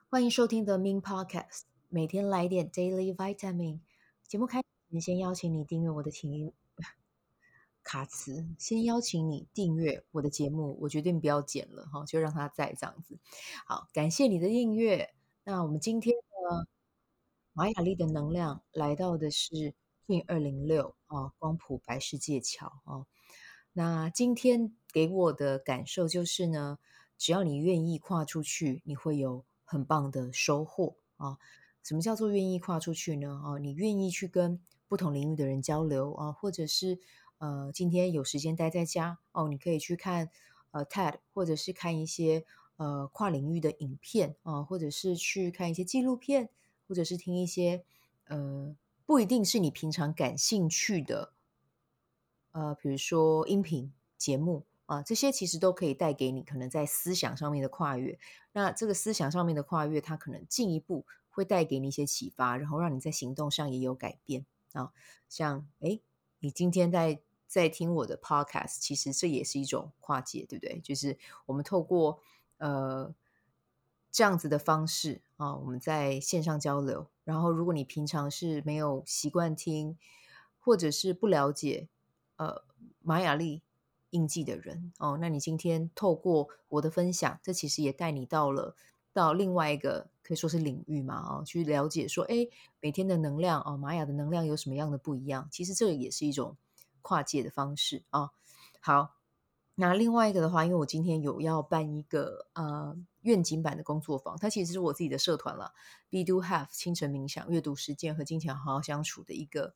欢迎收听 The Min Podcast，每天来点 Daily Vitamin。节目开始先邀请你订阅我的请卡词，先邀请你订阅我的节目，我决定不要剪了哈，就让它在这样子。好，感谢你的订阅。那我们今天呢，玛雅历的能量来到的是 King 206啊，光谱白世界桥哦。那今天给我的感受就是呢，只要你愿意跨出去，你会有很棒的收获啊。什么叫做愿意跨出去呢？哦，你愿意去跟不同领域的人交流啊，或者是今天有时间待在家哦，你可以去看TED，或者是看一些跨领域的影片啊，或者是去看一些纪录片，或者是听一些呃不一定是你平常感兴趣的比如说音频节目啊，这些其实都可以带给你可能在思想上面的跨越。那这个思想上面的跨越，它可能进一步会带给你一些启发，然后让你在行动上也有改变啊。像诶，你今天在听我的 podcast，其实这也是一种跨界，对不对？就是我们透过呃这样子的方式啊，我们在线上交流。然后，如果你平常是没有习惯听，或者是不了解玛雅历印记的人哦，那你今天透过我的分享，这其实也带你到另外一个可以说是领域嘛哦，去了解说，哎，每天的能量哦，玛雅的能量有什么样的不一样？其实这也是一种跨界的方式啊。好，那另外一个的话，因为我今天有要办一个愿景版的工作坊，它其实是我自己的社团了，Be Do Have 清晨冥想、阅读实践和金钱好好相处的一个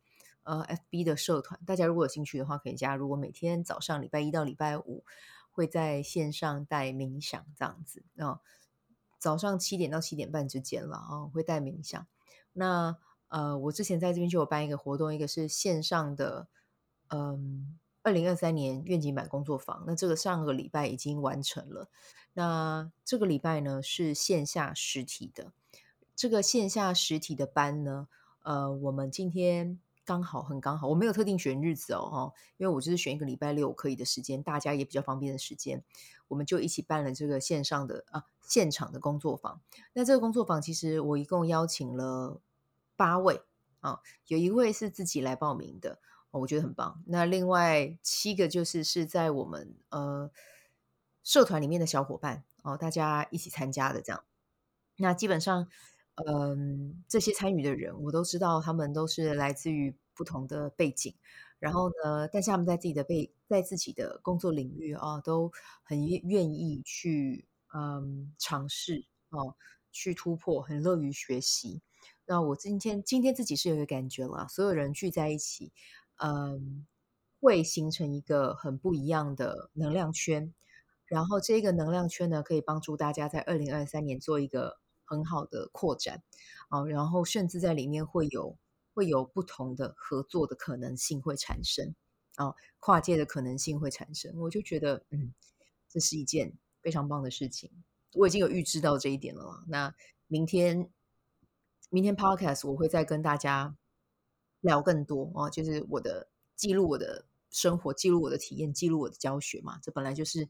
FB 的社团。大家如果有兴趣的话，可以加入。我每天早上礼拜一到礼拜五会在线上带冥想这样子啊、早上7点到7点半之间了啊、会带冥想。那我之前在这边就有办一个活动，一个是线上的，2023年愿景版工作坊，那这个上个礼拜已经完成了。那这个礼拜呢是线下实体的，这个线下实体的班呢，我们今天很刚好，我没有特定选日子因为我就是选一个礼拜六可以的时间，大家也比较方便的时间，我们就一起办了这个线上的现场的工作坊。那这个工作坊其实我一共邀请了8位啊，有一位是自己来报名的，我觉得很棒。那另外7个是在我们社团里面的小伙伴哦，大家一起参加的这样。那基本上，这些参与的人，我都知道他们都是来自于不同的背景，然后呢，但是他们在自己的工作领域啊，都很愿意去尝试哦，去突破，很乐于学习。那我今天自己是有一个感觉了，所有人聚在一起，嗯，会形成一个很不一样的能量圈。然后这个能量圈呢，可以帮助大家在2023年做一个很好的扩展，然后甚至在里面会有不同的合作的可能性会产生，跨界的可能性会产生。我就觉得，这是一件非常棒的事情。我已经有预知到这一点了啦。那明天明天 Podcast 我会再跟大家聊更多就是记录我的生活，记录我的体验，记录我的教学嘛。这本来就是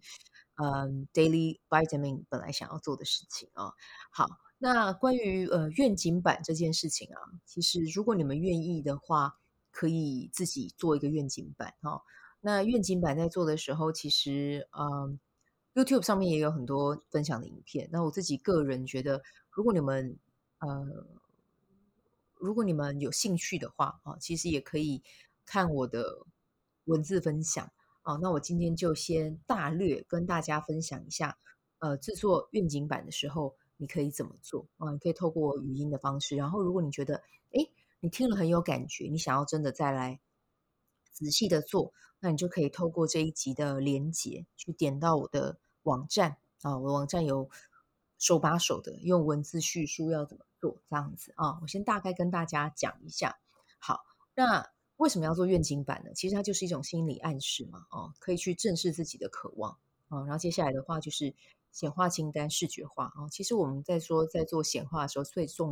Daily Vitamin 本来想要做的事情啊。好，那关于愿景版这件事情啊，其实如果你们愿意的话，可以自己做一个愿景版那愿景版在做的时候，其实YouTube 上面也有很多分享的影片。那我自己个人觉得，如果你们呃，如果你们有兴趣的话其实也可以看我的文字分享那我今天就先大略跟大家分享一下，制作愿景版的时候你可以怎么做你可以透过语音的方式，然后如果你觉得，诶，你听了很有感觉，你想要真的再来仔细的做，那你就可以透过这一集的连结去点到我的网站我的网站有手把手的用文字叙述要怎么做，这样子我先大概跟大家讲一下。好，那为什么要做愿景版呢？其实它就是一种心理暗示嘛，可以去正视自己的渴望然后接下来的话就是显化清单视觉化其实我们在做显化的时候，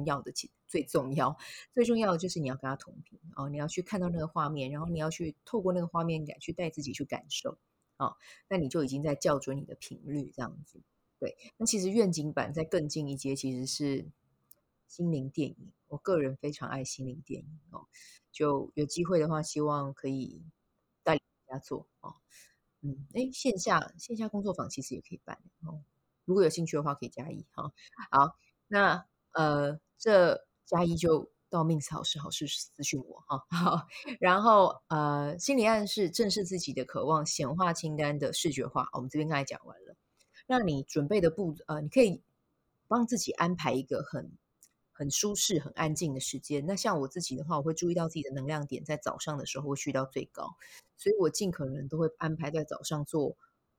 最重要的就是你要跟他同频你要去看到那个画面，然后你要去透过那个画面感去带自己去感受那你就已经在校准你的频率这样子。 对，那其实愿景版再更进一阶，其实是心灵电影。我个人非常爱心灵电影哦，就有机会的话，希望可以带领大家做哦。诶，线下工作坊其实也可以办哦，如果有兴趣的话可以加一哈。好，那这加一就到 Mins 好事私讯我哈。好，然后心理暗示正视自己的渴望，显化清单的视觉化，我们这边刚才讲完了。那你准备的你可以帮自己安排一个很舒适、很安静的时间。那像我自己的话，我会注意到自己的能量点在早上的时候会去到最高，所以我尽可能都会安排在早上做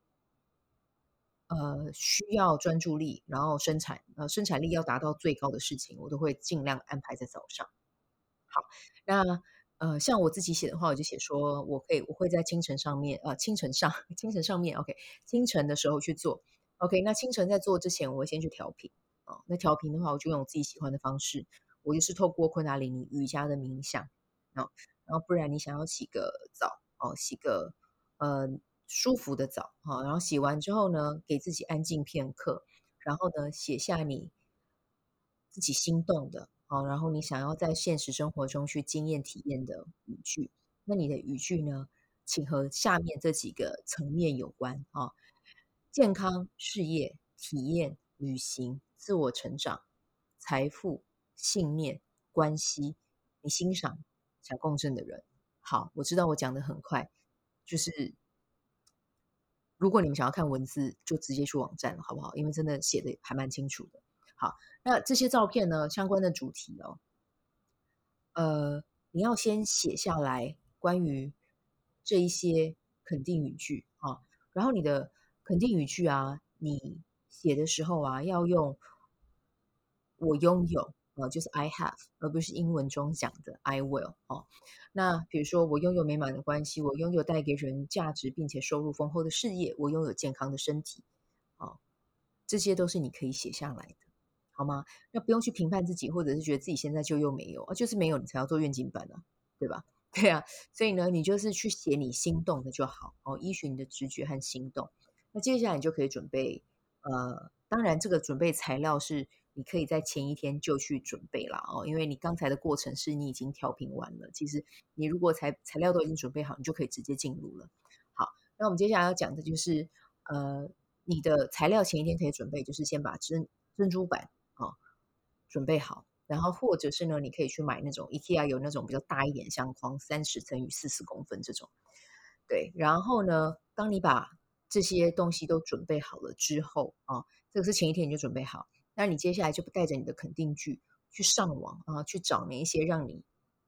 需要专注力，然后生产力要达到最高的事情，我都会尽量安排在早上。好，那像我自己写的话，我就写说我会在清晨上清晨上面，OK，清晨的时候去做。OK，那清晨在做之前，我会先去调频那调频的话，我就用我自己喜欢的方式，我就是透过昆达里尼瑜伽的冥想啊，然后不然你想要洗个澡洗个呃舒服的澡然后洗完之后呢，给自己安静片刻，然后呢写下你自己心动的然后你想要在现实生活中去经验体验的语句。那你的语句呢，请和下面这几个层面有关健康、事业、体验、旅行、自我成长、财富、信念、关系，你欣赏、想共振的人。好，我知道我讲的很快，就是如果你们想要看文字，就直接去网站了，好不好？因为真的写的还蛮清楚的。好，那这些照片呢，相关的主题你要先写下来关于这一些肯定语句然后你的肯定语句你写的时候要用我拥有就是 I have，而不是英文中讲的 I will 那比如说，我拥有美满的关系，我拥有带给人价值并且收入丰厚的事业，我拥有健康的身体这些都是你可以写下来的，好吗？那不用去评判自己，或者是觉得自己现在就又没有就是没有你才要做愿景版对吧？对啊，所以呢，你就是去写你心动的就好依循你的直觉和行动。那接下来你就可以准备，当然这个准备材料是你可以在前一天就去准备啦因为你刚才的过程是你已经调频完了，其实你如果材料都已经准备好，你就可以直接进入了。好，那我们接下来要讲的就是呃你的材料前一天可以准备，就是先把珍珠板准备好，然后或者是呢，你可以去买那种 IKEA 有那种比较大一点相框30×40公分这种。对，然后呢，当你把这些东西都准备好了之后这个是前一天你就准备好，那你接下来就带着你的肯定句去上网去找那一些让你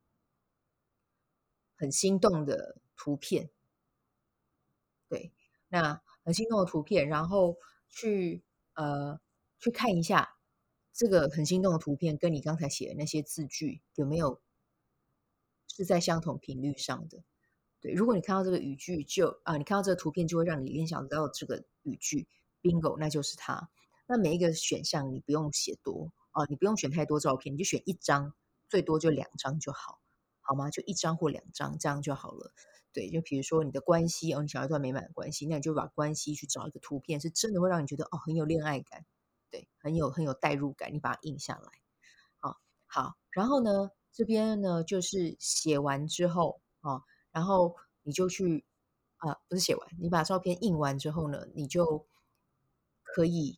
很心动的图片。对，那很心动的图片，然后去去看一下这个很心动的图片跟你刚才写的那些字句有没有是在相同频率上的。对，如果你看到这个语句你看到这个图片就会让你联想到这个语句，bingo，那就是它。那每一个选项你不用写多你不用选太多照片，你就选一张，最多就2张就好，好吗？就1张或2张这样就好了。对，就比如说你的关系你想要一段美满的关系，那你就把关系去找一个图片，是真的会让你觉得很有恋爱感，对，很有代入感，你把它印下来。好，然后呢，这边呢就是写完之后然后你就去不是写完，你把照片印完之后呢，你就可以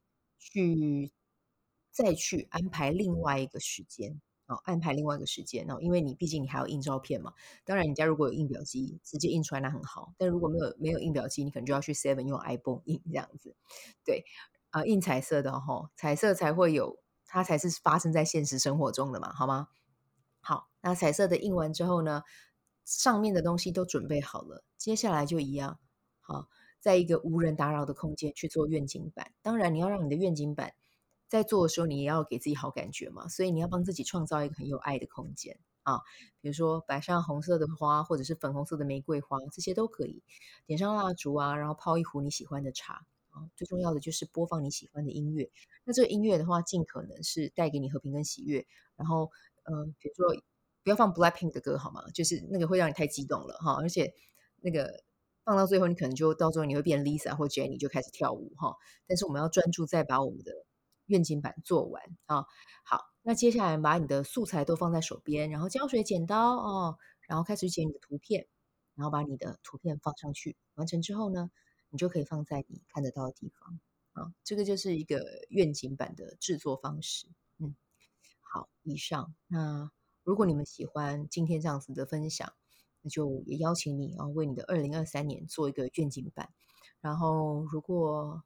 再去安排另外一个时间安排另外一个时间因为毕竟你还要印照片嘛。当然，你家如果有印表机，直接印出来那很好，但如果没有印表机，你可能就要去 Seven 用 iPhone 印这样子。对印彩色的彩色才会有，它才是发生在现实生活中的嘛，好吗？好，那彩色的印完之后呢，上面的东西都准备好了，接下来就一样，好，在一个无人打扰的空间去做愿景版。当然，你要让你的愿景版在做的时候，你也要给自己好感觉嘛，所以你要帮自己创造一个很有爱的空间比如说摆上红色的花，或者是粉红色的玫瑰花，这些都可以。点上蜡烛然后泡一壶你喜欢的茶最重要的就是播放你喜欢的音乐。那这个音乐的话，尽可能是带给你和平跟喜悦，然后比如说不要放 BLACKPINK 的歌好吗？就是那个会让你太激动了而且那个放到最后，你可能就到最后你会变 Lisa 或 Jenny 就开始跳舞哈。但是我们要专注在把我们的愿景板做完啊。好，那接下来把你的素材都放在手边，然后胶水、剪刀哦，然后开始剪你的图片，然后把你的图片放上去。完成之后呢，你就可以放在你看得到的地方啊。这个就是一个愿景板的制作方式。嗯。好，以上。那如果你们喜欢今天这样子的分享，那就也邀请你啊，为你的2023年做一个愿景版。然后，如果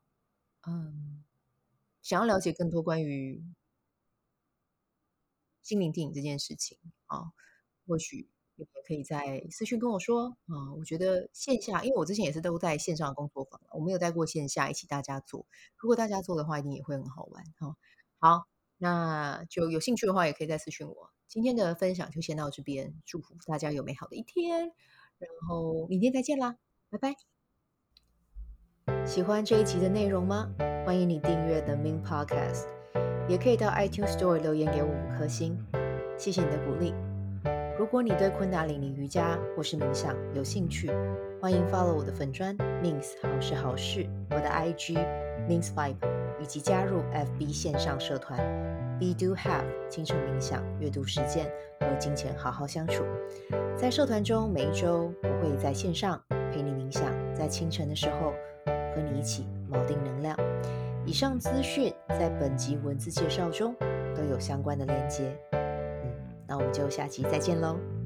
想要了解更多关于心灵电影这件事情啊，或许你也可以在私讯跟我说啊。我觉得线下，因为我之前也是都在线上的工作坊，我没有带过线下一起大家做。如果大家做的话，一定也会很好玩哈。好，那就有兴趣的话，也可以再私讯我。今天的分享就先到这边，祝福大家有美好的一天，然后明天再见啦，拜拜。喜欢这一集的内容吗？欢迎你订阅 The Min Podcast，也可以到 iTunes Store 留言给我5颗星，谢谢你的鼓励。如果你对昆达里尼瑜伽或是冥想有兴趣，欢迎 follow 我的粉专 Mins 好是好事，我的 IG Mins Vibe，以及加入 FB 线上社团 Be Do Have 清晨冥想、阅读实践和金钱好好相处。在社团中，每一周我会在线上陪你冥想，在清晨的时候和你一起锚定能量。以上资讯在本集文字介绍中都有相关的连结。那我们就下期再见喽。